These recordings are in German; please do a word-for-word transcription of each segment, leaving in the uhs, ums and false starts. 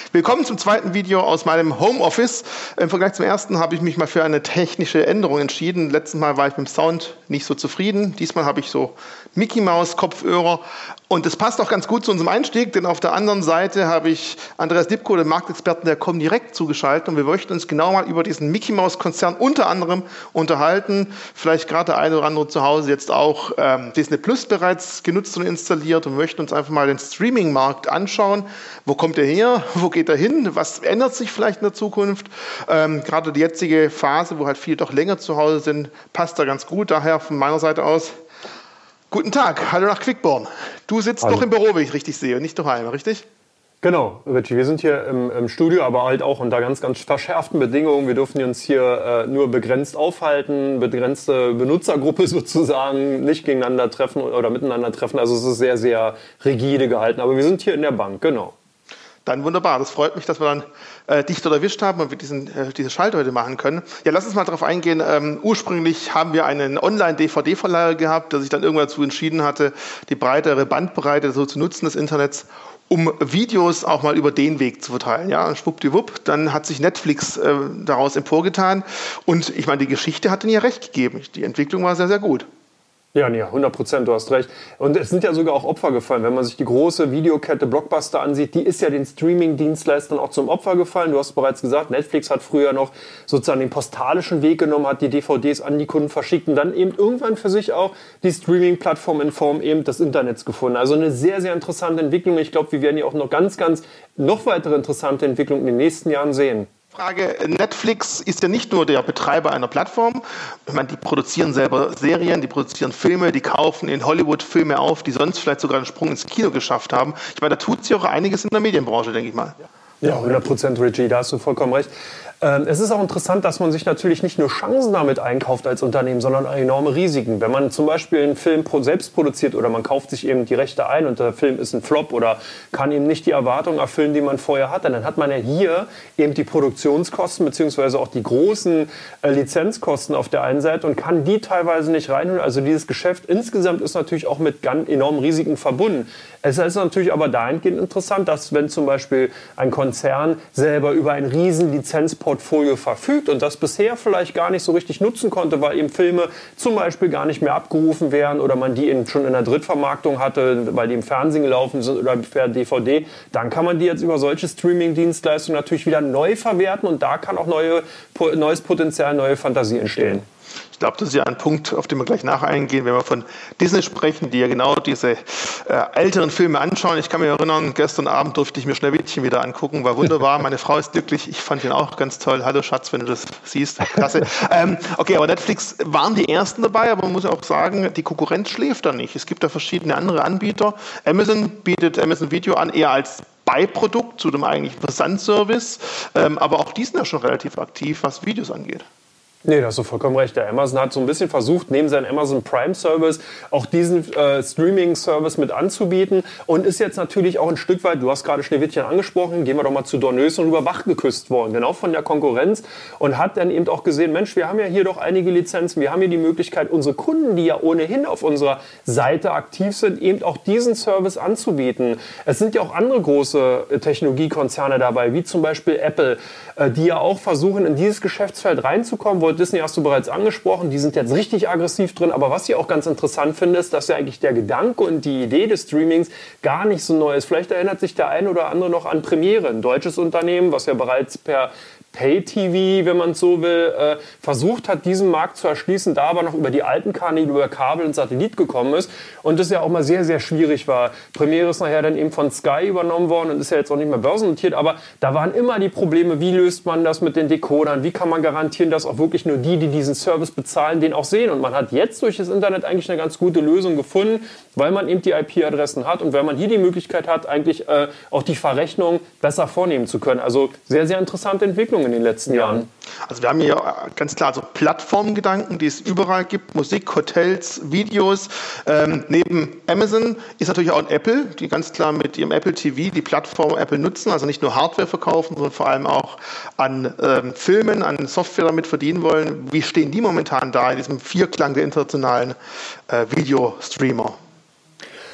Willkommen zum zweiten Video aus meinem Homeoffice. Im Vergleich zum ersten habe ich mich mal für eine technische Änderung entschieden. Letztes Mal war ich mit dem Sound nicht so zufrieden. Diesmal habe ich so Mickey Maus Kopfhörer. Und das passt auch ganz gut zu unserem Einstieg, denn auf der anderen Seite habe ich Andreas Lipko, den Marktexperten der Comdirect, zugeschaltet. Und wir möchten uns genau mal über diesen Mickey Maus Konzern unter anderem unterhalten. Vielleicht gerade der eine oder andere zu Hause jetzt auch ähm, Disney Plus bereits genutzt und installiert. Und wir möchten uns einfach mal den Streaming-Markt anschauen. Wo kommt er her? Wo geht er hin? Was ändert sich vielleicht in der Zukunft? Ähm, gerade die jetzige Phase, wo halt viele doch länger zu Hause sind, passt da ganz gut. Daher von meiner Seite aus, guten Tag, hallo nach Quickborn. Du sitzt Hallo. Noch im Büro, wenn ich richtig sehe, und nicht daheim, richtig? Genau, Richie, wir sind hier im, im Studio, aber halt auch unter ganz, ganz verschärften Bedingungen. Wir dürfen uns hier äh, nur begrenzt aufhalten, begrenzte Benutzergruppe sozusagen, nicht gegeneinander treffen oder miteinander treffen. Also es ist sehr, sehr rigide gehalten. Aber wir sind hier in der Bank, genau. Dann wunderbar, das freut mich, dass wir dann äh, dich dort erwischt haben und wir diesen, äh, diese Schalte heute machen können. Ja, lass uns mal darauf eingehen. Ähm, ursprünglich haben wir einen Online-D V D-Verleiher gehabt, der sich dann irgendwann dazu entschieden hatte, die breitere Bandbreite so zu nutzen des Internets, um Videos auch mal über den Weg zu verteilen. Ja, schwuppdiwupp, dann hat sich Netflix äh, daraus emporgetan. Und ich meine, die Geschichte hat ihnen ja recht gegeben. Die Entwicklung war sehr, sehr gut. Ja, nee, hundert Prozent, du hast recht. Und es sind ja sogar auch Opfer gefallen. Wenn man sich die große Videokette Blockbuster ansieht, die ist ja den Streaming-Dienstleistern auch zum Opfer gefallen. Du hast bereits gesagt, Netflix hat früher noch sozusagen den postalischen Weg genommen, hat die D V Ds an die Kunden verschickt und dann eben irgendwann für sich auch die Streaming-Plattform in Form eben des Internets gefunden. Also eine sehr, sehr interessante Entwicklung. Ich glaube, wir werden hier auch noch ganz, ganz noch weitere interessante Entwicklungen in den nächsten Jahren sehen. Frage, Netflix ist ja nicht nur der Betreiber einer Plattform. Ich meine, die produzieren selber Serien, die produzieren Filme, die kaufen in Hollywood Filme auf, die sonst vielleicht sogar einen Sprung ins Kino geschafft haben. Ich meine, da tut sich auch einiges in der Medienbranche, denke ich mal. Ja, hundert Prozent, Richie, da hast du vollkommen recht. Ähm, es ist auch interessant, dass man sich natürlich nicht nur Chancen damit einkauft als Unternehmen, sondern enorme Risiken. Wenn man zum Beispiel einen Film selbst produziert oder man kauft sich eben die Rechte ein und der Film ist ein Flop oder kann eben nicht die Erwartungen erfüllen, die man vorher hatte, dann hat man ja hier eben die Produktionskosten beziehungsweise auch die großen äh, Lizenzkosten auf der einen Seite und kann die teilweise nicht reinholen. Also dieses Geschäft insgesamt ist natürlich auch mit ganz enormen Risiken verbunden. Es ist natürlich aber dahingehend interessant, dass wenn zum Beispiel ein Konzern selber über ein riesen Lizenzportfolio verfügt und das bisher vielleicht gar nicht so richtig nutzen konnte, weil eben Filme zum Beispiel gar nicht mehr abgerufen werden oder man die eben schon in der Drittvermarktung hatte, weil die im Fernsehen gelaufen sind oder per D V D, dann kann man die jetzt über solche Streaming-Dienstleistungen natürlich wieder neu verwerten und da kann auch neue, neues Potenzial, neue Fantasie entstehen. Ich glaube, das ist ja ein Punkt, auf den wir gleich nachher eingehen, wenn wir von Disney sprechen, die ja genau diese äh, älteren Filme anschauen. Ich kann mich erinnern, gestern Abend durfte ich mir Schneewittchen wieder angucken, war wunderbar. Meine Frau ist glücklich, ich fand ihn auch ganz toll. Hallo Schatz, wenn du das siehst, klasse. ähm, okay, aber Netflix waren die Ersten dabei, aber man muss ja auch sagen, die Konkurrenz schläft da nicht. Es gibt da verschiedene andere Anbieter. Amazon bietet Amazon Video an, eher als Beiprodukt zu dem eigentlichen Versandservice, ähm, aber auch die sind ja schon relativ aktiv, was Videos angeht. Nee, da hast du vollkommen recht. Der Amazon hat so ein bisschen versucht, neben seinem Amazon Prime Service auch diesen äh, Streaming-Service mit anzubieten und ist jetzt natürlich auch ein Stück weit, du hast gerade Schneewittchen angesprochen, gehen wir doch mal zu Dornös und über Bach geküsst worden, genau von der Konkurrenz und hat dann eben auch gesehen, Mensch, wir haben ja hier doch einige Lizenzen, wir haben hier die Möglichkeit, unsere Kunden, die ja ohnehin auf unserer Seite aktiv sind, eben auch diesen Service anzubieten. Es sind ja auch andere große äh, Technologiekonzerne dabei, wie zum Beispiel Apple, äh, die ja auch versuchen, in dieses Geschäftsfeld reinzukommen. Disney hast du bereits angesprochen, die sind jetzt richtig aggressiv drin, aber was ich auch ganz interessant finde, ist, dass ja eigentlich der Gedanke und die Idee des Streamings gar nicht so neu ist. Vielleicht erinnert sich der ein oder andere noch an Premiere, ein deutsches Unternehmen, was ja bereits per Pay-T V, wenn man es so will, äh, versucht hat, diesen Markt zu erschließen, da aber noch über die alten Kanäle, über Kabel und Satellit gekommen ist und das ja auch mal sehr, sehr schwierig war. Premiere ist nachher dann eben von Sky übernommen worden und ist ja jetzt auch nicht mehr börsennotiert, aber da waren immer die Probleme, wie löst man das mit den Decodern, wie kann man garantieren, dass auch wirklich nur die, die diesen Service bezahlen, den auch sehen und man hat jetzt durch das Internet eigentlich eine ganz gute Lösung gefunden, weil man eben die I P-Adressen hat und weil man hier die Möglichkeit hat, eigentlich äh, auch die Verrechnung besser vornehmen zu können. Also sehr, sehr interessante Entwicklung in den letzten ja. Jahren. Also wir haben hier ganz klar so Plattformgedanken, die es überall gibt, Musik, Hotels, Videos. Ähm, neben Amazon ist natürlich auch ein Apple, die ganz klar mit ihrem Apple T V die Plattform Apple nutzen, also nicht nur Hardware verkaufen, sondern vor allem auch an ähm, Filmen, an Software damit verdienen wollen. Wie stehen die momentan da in diesem Vierklang der internationalen äh, Videostreamer?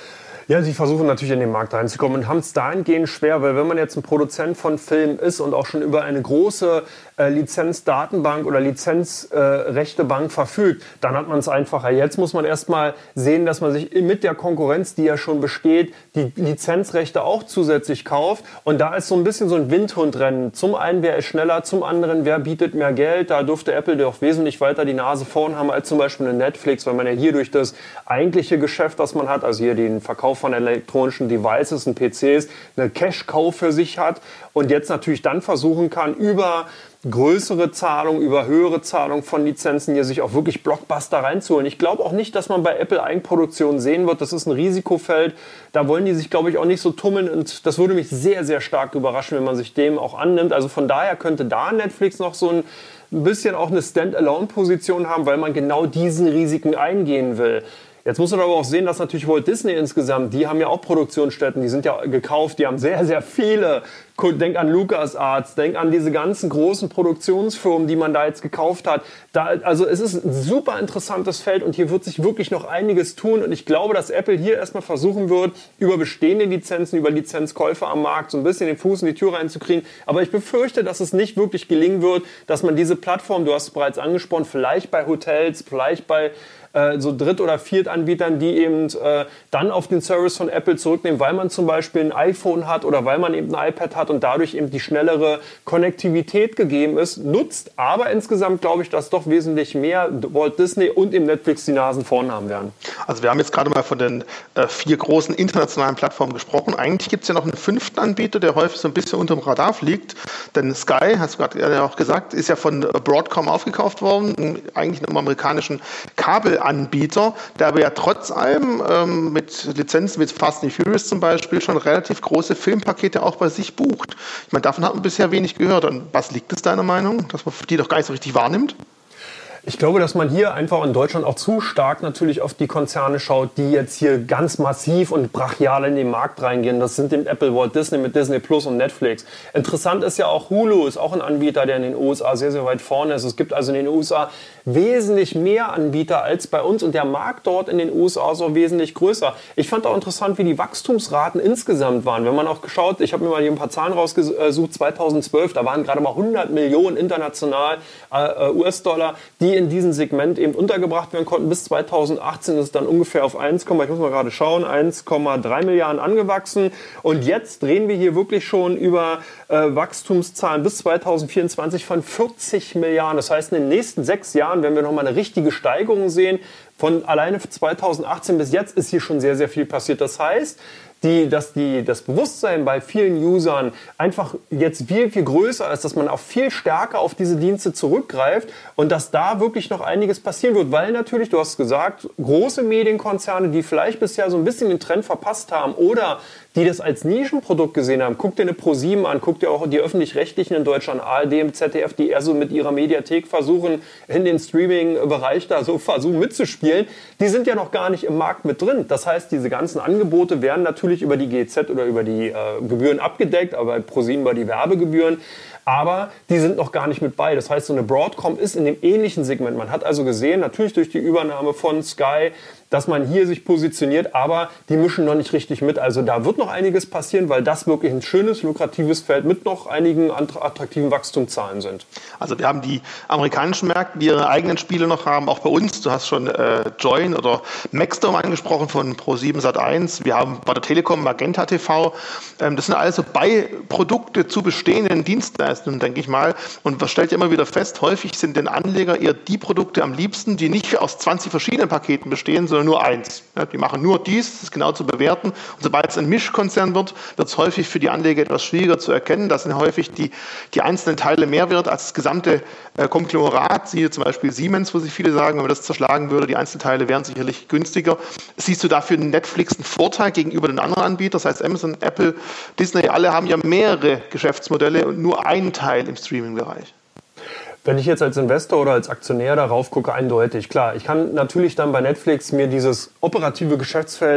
Ja, sie versuchen natürlich in den Markt reinzukommen und haben es dahingehend schwer, weil wenn man jetzt ein Produzent von Filmen ist und auch schon über eine große äh, Lizenzdatenbank oder Lizenzrechtebank äh, verfügt, dann hat man es einfacher. Jetzt muss man erstmal sehen, dass man sich mit der Konkurrenz, die ja schon besteht, die Lizenzrechte auch zusätzlich kauft. Und da ist so ein bisschen so ein Windhundrennen. Zum einen, wer ist schneller, zum anderen, wer bietet mehr Geld. Da dürfte Apple doch wesentlich weiter die Nase vorn haben als zum Beispiel eine Netflix, weil man ja hier durch das eigentliche Geschäft, was man hat, also hier den Verkauf von elektronischen Devices und P Cs, eine Cash-Cow für sich hat und jetzt natürlich dann versuchen kann, über größere Zahlungen, über höhere Zahlungen von Lizenzen hier sich auch wirklich Blockbuster reinzuholen. Ich glaube auch nicht, dass man bei Apple Eigenproduktion sehen wird. Das ist ein Risikofeld. Da wollen die sich, glaube ich, auch nicht so tummeln. Und das würde mich sehr, sehr stark überraschen, wenn man sich dem auch annimmt. Also von daher könnte da Netflix noch so ein ein bisschen auch eine Stand-alone-Position haben, weil man genau diesen Risiken eingehen will. Jetzt muss man aber auch sehen, dass natürlich Walt Disney insgesamt, die haben ja auch Produktionsstätten, die sind ja gekauft, die haben sehr, sehr viele. Denk an LucasArts, denk an diese ganzen großen Produktionsfirmen, die man da jetzt gekauft hat. Da, also es ist ein super interessantes Feld und hier wird sich wirklich noch einiges tun. Und ich glaube, dass Apple hier erstmal versuchen wird, über bestehende Lizenzen, über Lizenzkäufe am Markt so ein bisschen den Fuß in die Tür reinzukriegen. Aber ich befürchte, dass es nicht wirklich gelingen wird, dass man diese Plattform, du hast es bereits angesprochen, vielleicht bei Hotels, vielleicht bei so Dritt- oder Viertanbietern, die eben äh, dann auf den Service von Apple zurücknehmen, weil man zum Beispiel ein iPhone hat oder weil man eben ein iPad hat und dadurch eben die schnellere Konnektivität gegeben ist, nutzt. Aber insgesamt glaube ich, dass doch wesentlich mehr Walt Disney und eben Netflix die Nasen vorn haben werden. Also wir haben jetzt gerade mal von den äh, vier großen internationalen Plattformen gesprochen. Eigentlich gibt es ja noch einen fünften Anbieter, der häufig so ein bisschen unter dem Radar fliegt. Denn Sky, hast du gerade auch gesagt, ist ja von Broadcom aufgekauft worden, eigentlich einem amerikanischen Kabel Anbieter, der aber ja trotz allem ähm, mit Lizenzen wie Fast and Furious zum Beispiel schon relativ große Filmpakete auch bei sich bucht. Ich meine, davon hat man bisher wenig gehört. Und was liegt es deiner Meinung, dass man die doch gar nicht so richtig wahrnimmt? Ich glaube, dass man hier einfach in Deutschland auch zu stark natürlich auf die Konzerne schaut, die jetzt hier ganz massiv und brachial in den Markt reingehen. Das sind eben Apple, Walt Disney mit Disney Plus und Netflix. Interessant ist ja auch Hulu, ist auch ein Anbieter, der in den U S A sehr, sehr weit vorne ist. Es gibt also in den U S A wesentlich mehr Anbieter als bei uns und der Markt dort in den U S A ist auch wesentlich größer. Ich fand auch interessant, wie die Wachstumsraten insgesamt waren. Wenn man auch geschaut, ich habe mir mal hier ein paar Zahlen rausgesucht, zweitausendzwölf, da waren gerade mal hundert Millionen international äh, U S-Dollar, die in diesem Segment eben untergebracht werden konnten. Bis zweitausendachtzehn ist es dann ungefähr auf eins, ich muss mal gerade schauen, eins Komma drei Milliarden angewachsen. Und jetzt drehen wir hier wirklich schon über äh, Wachstumszahlen bis zweitausendvierundzwanzig von vierzig Milliarden. Das heißt, in den nächsten sechs Jahren werden wir nochmal eine richtige Steigerung sehen. Von alleine zweitausendachtzehn bis jetzt ist hier schon sehr, sehr viel passiert. Das heißt, Die, dass die, das Bewusstsein bei vielen Usern einfach jetzt viel, viel größer ist, dass man auch viel stärker auf diese Dienste zurückgreift und dass da wirklich noch einiges passieren wird, weil natürlich, du hast gesagt, große Medienkonzerne, die vielleicht bisher so ein bisschen den Trend verpasst haben oder die das als Nischenprodukt gesehen haben, guck dir eine ProSieben an, guck dir auch die Öffentlich-Rechtlichen in Deutschland, A R D und Z D F, die eher so mit ihrer Mediathek versuchen, in den Streaming-Bereich da so versuchen mitzuspielen, die sind ja noch gar nicht im Markt mit drin. Das heißt, diese ganzen Angebote werden natürlich über die G Z oder über die äh, Gebühren abgedeckt, aber bei ProSieben über die Werbegebühren. Aber die sind noch gar nicht mit bei. Das heißt, so eine Broadcom ist in dem ähnlichen Segment. Man hat also gesehen, natürlich durch die Übernahme von Sky, dass man hier sich positioniert, aber die mischen noch nicht richtig mit. Also da wird noch einiges passieren, weil das wirklich ein schönes, lukratives Feld mit noch einigen attraktiven Wachstumszahlen sind. Also wir haben die amerikanischen Märkte, die ihre eigenen Spiele noch haben, auch bei uns. Du hast schon äh, Join oder Maxdome angesprochen von ProSieben Sat eins. Wir haben bei der Telekom Magenta T V. Ähm, das sind alles so Beiprodukte zu bestehenden Dienstleistungen, denke ich mal. Und man stellt ja immer wieder fest, häufig sind den Anleger eher die Produkte am liebsten, die nicht aus zwanzig verschiedenen Paketen bestehen, sondern nur eins. Ja, die machen nur dies, das ist genau zu bewerten. Und sobald es ein Mischkonzern wird, wird es häufig für die Anleger etwas schwieriger zu erkennen. Da sind häufig die, die einzelnen Teile mehr wert als das gesamte äh, Konglomerat. Siehe zum Beispiel Siemens, wo sich viele sagen, wenn man das zerschlagen würde, die Einzelteile wären sicherlich günstiger. Siehst du dafür Netflix einen Vorteil gegenüber den anderen Anbietern? Das heißt Amazon, Apple, Disney, alle haben ja mehrere Geschäftsmodelle und nur einen Teil im Streaming-Bereich. Wenn ich jetzt als Investor oder als Aktionär darauf gucke, eindeutig, klar, ich kann natürlich dann bei Netflix mir dieses operative Geschäftsfeld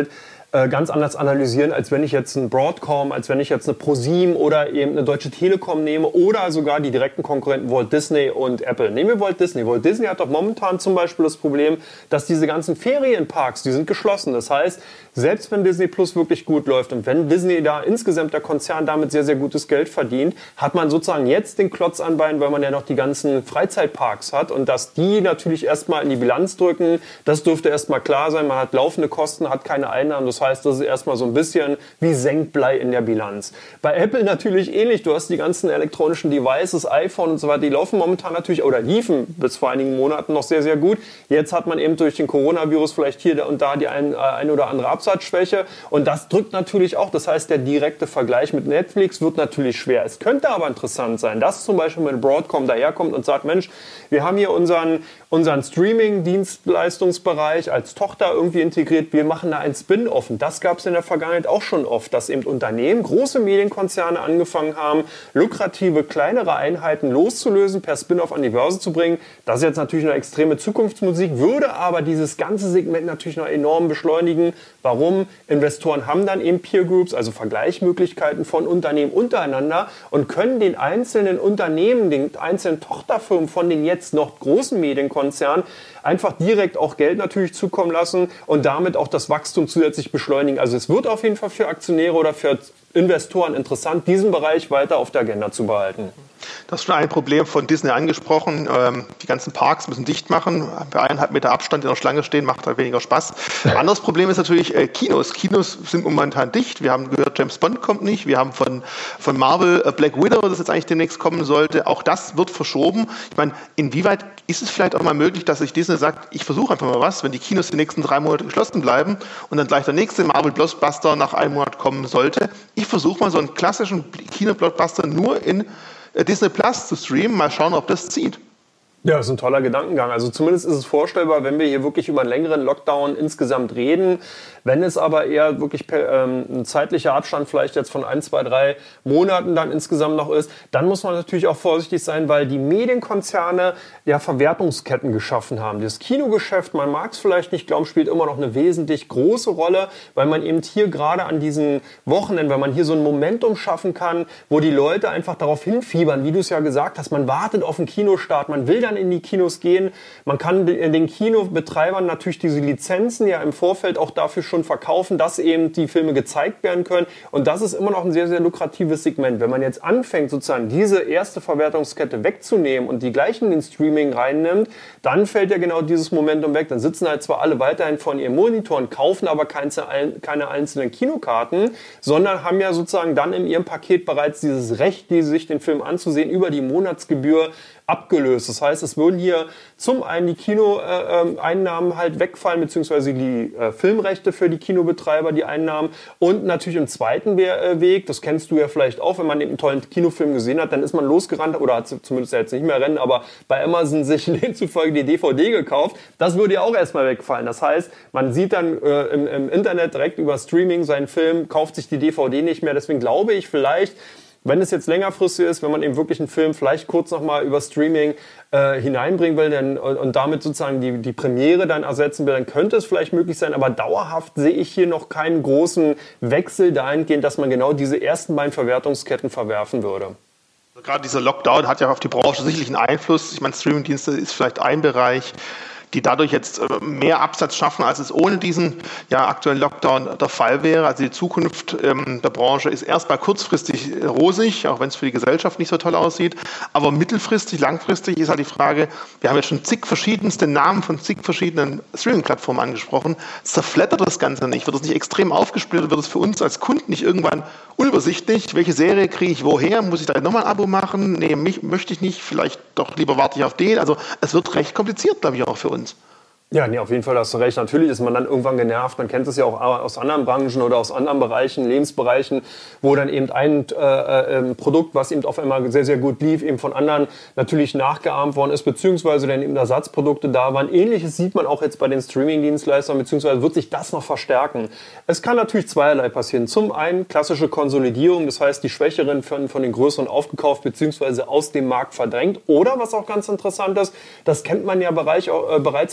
äh, ganz anders analysieren, als wenn ich jetzt ein Broadcom, als wenn ich jetzt eine ProSieben oder eben eine Deutsche Telekom nehme oder sogar die direkten Konkurrenten Walt Disney und Apple. Nehmen wir Walt Disney. Walt Disney hat doch momentan zum Beispiel das Problem, dass diese ganzen Ferienparks, die sind geschlossen. Das heißt, selbst wenn Disney Plus wirklich gut läuft und wenn Disney da insgesamt der Konzern damit sehr, sehr gutes Geld verdient, hat man sozusagen jetzt den Klotz an Beinen, weil man ja noch die ganzen Freizeitparks hat und dass die natürlich erstmal in die Bilanz drücken, das dürfte erstmal klar sein. Man hat laufende Kosten, hat keine Einnahmen. Das heißt, das ist erstmal so ein bisschen wie Senkblei in der Bilanz. Bei Apple natürlich ähnlich. Du hast die ganzen elektronischen Devices, iPhone und so weiter, die laufen momentan natürlich oder liefen bis vor einigen Monaten noch sehr, sehr gut. Jetzt hat man eben durch den Coronavirus vielleicht hier und da die ein, ein oder andere Absatzschwäche und das drückt natürlich auch. Das heißt, der direkte Vergleich mit Netflix wird natürlich schwer. Es könnte aber interessant sein, dass zum Beispiel mit Broadcom daherkommt und sagt, Mensch, wir haben hier unseren, unseren Streaming-Dienstleistungsbereich als Tochter irgendwie integriert. Wir machen da ein Spin-off. Und das gab es in der Vergangenheit auch schon oft, dass eben Unternehmen, große Medienkonzerne angefangen haben, lukrative, kleinere Einheiten loszulösen, per Spin-off an die Börse zu bringen. Das ist jetzt natürlich eine extreme Zukunftsmusik, würde aber dieses ganze Segment natürlich noch enorm beschleunigen. Warum? Investoren haben dann eben Peer Groups, also Vergleichsmöglichkeiten von Unternehmen untereinander und können den einzelnen Unternehmen, den einzelnen Tochterfirmen von den jetzt noch großen Medienkonzernen einfach direkt auch Geld natürlich zukommen lassen und damit auch das Wachstum zusätzlich beschleunigen. Also es wird auf jeden Fall für Aktionäre oder für Investoren interessant, diesen Bereich weiter auf der Agenda zu behalten. Das ist schon ein Problem von Disney angesprochen. Ähm, die ganzen Parks müssen dicht machen. Bei eineinhalb Meter Abstand in der Schlange stehen, macht halt weniger Spaß. Ein anderes Problem ist natürlich äh, Kinos. Kinos sind momentan dicht. Wir haben gehört, James Bond kommt nicht. Wir haben von, von Marvel äh, Black Widow, das jetzt eigentlich demnächst kommen sollte. Auch das wird verschoben. Ich meine, inwieweit ist es vielleicht auch mal möglich, dass sich Disney sagt, ich versuche einfach mal was, wenn die Kinos die nächsten drei Monate geschlossen bleiben und dann gleich der nächste Marvel Blockbuster nach einem Monat kommen sollte. Ich versuche mal so einen klassischen Kino-Blockbuster nur in Disney Plus zu streamen, mal schauen, ob das zieht. Ja, das ist ein toller Gedankengang. Also zumindest ist es vorstellbar, wenn wir hier wirklich über einen längeren Lockdown insgesamt reden. Wenn es aber eher wirklich ähm, ein zeitlicher Abstand vielleicht jetzt von ein, zwei, drei Monaten dann insgesamt noch ist, dann muss man natürlich auch vorsichtig sein, weil die Medienkonzerne ja Verwertungsketten geschaffen haben. Das Kinogeschäft, man mag es vielleicht nicht glauben, spielt immer noch eine wesentlich große Rolle, weil man eben hier gerade an diesen Wochenenden, weil man hier so ein Momentum schaffen kann, wo die Leute einfach darauf hinfiebern, wie du es ja gesagt hast, man wartet auf den Kinostart, man will dann in die Kinos gehen. Man kann den Kinobetreibern natürlich diese Lizenzen ja im Vorfeld auch dafür schon verkaufen, dass eben die Filme gezeigt werden können. Und das ist immer noch ein sehr, sehr lukratives Segment. Wenn man jetzt anfängt, sozusagen diese erste Verwertungskette wegzunehmen und die gleichen in den Streaming reinnimmt, dann fällt ja genau dieses Momentum weg. Dann sitzen halt zwar alle weiterhin vor ihren Monitoren, kaufen aber keine einzelnen Kinokarten, sondern haben ja sozusagen dann in ihrem Paket bereits dieses Recht, sich den Film anzusehen, über die Monatsgebühr abgelöst. Das heißt, es würden hier zum einen die Kinoeinnahmen äh, halt wegfallen, beziehungsweise die äh, Filmrechte für die Kinobetreiber, die Einnahmen. Und natürlich im zweiten Weg, das kennst du ja vielleicht auch, wenn man eben einen tollen Kinofilm gesehen hat, dann ist man losgerannt, oder hat zumindest jetzt nicht mehr rennen, aber bei Amazon sich demzufolge die D V D gekauft. Das würde ja auch erstmal wegfallen. Das heißt, man sieht dann äh, im, im Internet direkt über Streaming seinen Film, kauft sich die D V D nicht mehr. Deswegen glaube ich vielleicht, wenn es jetzt längerfristig ist, wenn man eben wirklich einen Film vielleicht kurz nochmal über Streaming äh, hineinbringen will denn, und, und damit sozusagen die, die Premiere dann ersetzen will, dann könnte es vielleicht möglich sein. Aber dauerhaft sehe ich hier noch keinen großen Wechsel dahingehend, dass man genau diese ersten beiden Verwertungsketten verwerfen würde. Gerade dieser Lockdown hat ja auf die Branche sicherlich einen Einfluss. Ich meine, Streamingdienste ist vielleicht ein Bereich, die dadurch jetzt mehr Absatz schaffen, als es ohne diesen ja, aktuellen Lockdown der Fall wäre. Also die Zukunft ähm, der Branche ist erstmal kurzfristig rosig, auch wenn es für die Gesellschaft nicht so toll aussieht. Aber mittelfristig, langfristig ist halt die Frage, wir haben jetzt schon zig verschiedenste Namen von zig verschiedenen Streaming-Plattformen angesprochen. Zerflattert das Ganze nicht? Wird es nicht extrem aufgesplittet? Wird es für uns als Kunden nicht irgendwann unübersichtlich? Welche Serie kriege ich woher? Muss ich da nochmal ein Abo machen? Nee, mich möchte ich nicht. Vielleicht doch lieber warte ich auf den. Also es wird recht kompliziert, glaube ich, auch für uns. Ja, nee, auf jeden Fall hast du recht. Natürlich ist man dann irgendwann genervt. Man kennt es ja auch aus anderen Branchen oder aus anderen Bereichen, Lebensbereichen, wo dann eben ein äh, äh, Produkt, was eben auf einmal sehr, sehr gut lief, eben von anderen natürlich nachgeahmt worden ist, beziehungsweise dann eben Ersatzprodukte da waren. Ähnliches sieht man auch jetzt bei den Streaming-Dienstleistern, beziehungsweise wird sich das noch verstärken. Es kann natürlich zweierlei passieren. Zum einen klassische Konsolidierung, das heißt, die Schwächeren von, von den Größeren aufgekauft, beziehungsweise aus dem Markt verdrängt. Oder, was auch ganz interessant ist, das kennt man ja Bereich, äh, bereits auch aus dem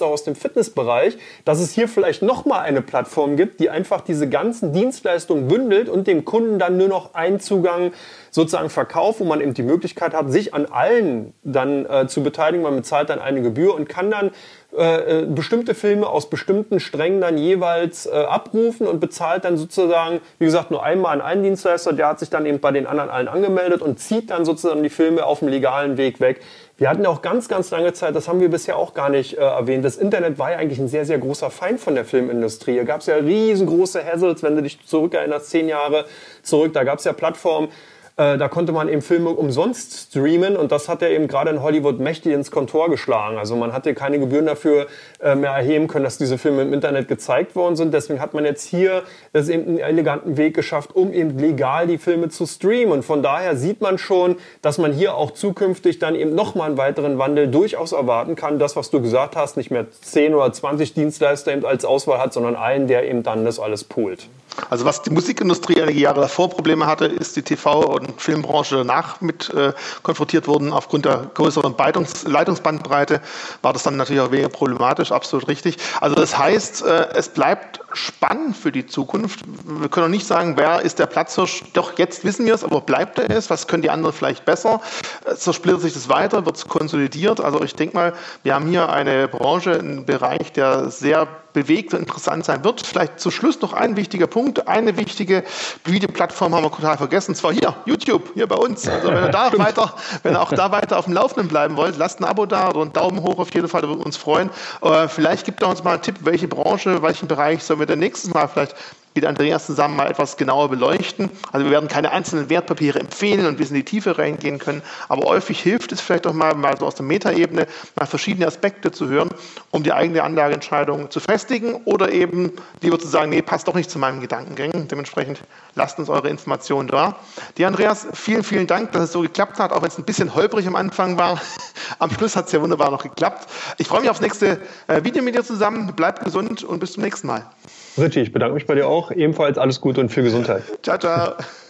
Fitnessbereich, dass es hier vielleicht nochmal eine Plattform gibt, die einfach diese ganzen Dienstleistungen bündelt und dem Kunden dann nur noch einen Zugang sozusagen verkauft, wo man eben die Möglichkeit hat, sich an allen dann äh, zu beteiligen. Man bezahlt dann eine Gebühr und kann dann äh, bestimmte Filme aus bestimmten Strängen dann jeweils äh, abrufen und bezahlt dann sozusagen, wie gesagt, nur einmal an einen Dienstleister. Der hat sich dann eben bei den anderen allen angemeldet und zieht dann sozusagen die Filme auf dem legalen Weg weg. Wir hatten ja auch ganz, ganz lange Zeit, das haben wir bisher auch gar nicht äh, erwähnt, das Internet war ja eigentlich ein sehr, sehr großer Feind von der Filmindustrie. Hier gab es ja riesengroße Hassels, wenn du dich zurückerinnerst, zehn Jahre zurück, da gab es ja Plattformen, Äh, da konnte man eben Filme umsonst streamen und das hat ja eben gerade in Hollywood mächtig ins Kontor geschlagen. Also man hatte keine Gebühren dafür äh, mehr erheben können, dass diese Filme im Internet gezeigt worden sind. Deswegen hat man jetzt hier das eben einen eleganten Weg geschafft, um eben legal die Filme zu streamen. Und von daher sieht man schon, dass man hier auch zukünftig dann eben nochmal einen weiteren Wandel durchaus erwarten kann. Das, was du gesagt hast, nicht mehr zehn oder zwanzig Dienstleister eben als Auswahl hat, sondern einen, der eben dann das alles poolt. Also was die Musikindustrie einige Jahre davor Probleme hatte, ist die T V- und Filmbranche danach mit äh, konfrontiert wurden. Aufgrund der größeren Beitungs- Leitungsbandbreite war das dann natürlich auch weniger problematisch, absolut richtig. Also das heißt, äh, es bleibt spannend für die Zukunft. Wir können auch nicht sagen, wer ist der Platzhirsch. Doch, jetzt wissen wir es, aber bleibt er es? Was können die anderen vielleicht besser? So splittert sich das weiter, wird es konsolidiert. Also ich denke mal, wir haben hier eine Branche, einen Bereich, der sehr bewegt und interessant sein wird. Vielleicht zum Schluss noch ein wichtiger Punkt. Eine wichtige Videoplattform haben wir total vergessen, und zwar hier, YouTube, hier bei uns. Also wenn ihr da weiter, wenn ihr auch da weiter auf dem Laufenden bleiben wollt, lasst ein Abo da oder einen Daumen hoch auf jeden Fall, da würden wir uns freuen. Äh, vielleicht gibt er uns mal einen Tipp, welche Branche, welchen Bereich sollen wir denn nächstes Mal vielleicht mit Andreas zusammen mal etwas genauer beleuchten. Also wir werden keine einzelnen Wertpapiere empfehlen und bis in die Tiefe reingehen können, aber häufig hilft es vielleicht auch mal, mal so aus der Metaebene mal verschiedene Aspekte zu hören, um die eigene Anlageentscheidung zu festigen oder eben lieber zu sagen, nee, passt doch nicht zu meinem Gedankengängen. Dementsprechend lasst uns eure Informationen da. Die Andreas, vielen, vielen Dank, dass es so geklappt hat, auch wenn es ein bisschen holprig am Anfang war. Am Schluss hat es ja wunderbar noch geklappt. Ich freue mich aufs nächste Video mit dir zusammen. Bleibt gesund und bis zum nächsten Mal. Richie, ich bedanke mich bei dir auch. Ebenfalls alles Gute und viel Gesundheit. Ciao, ciao.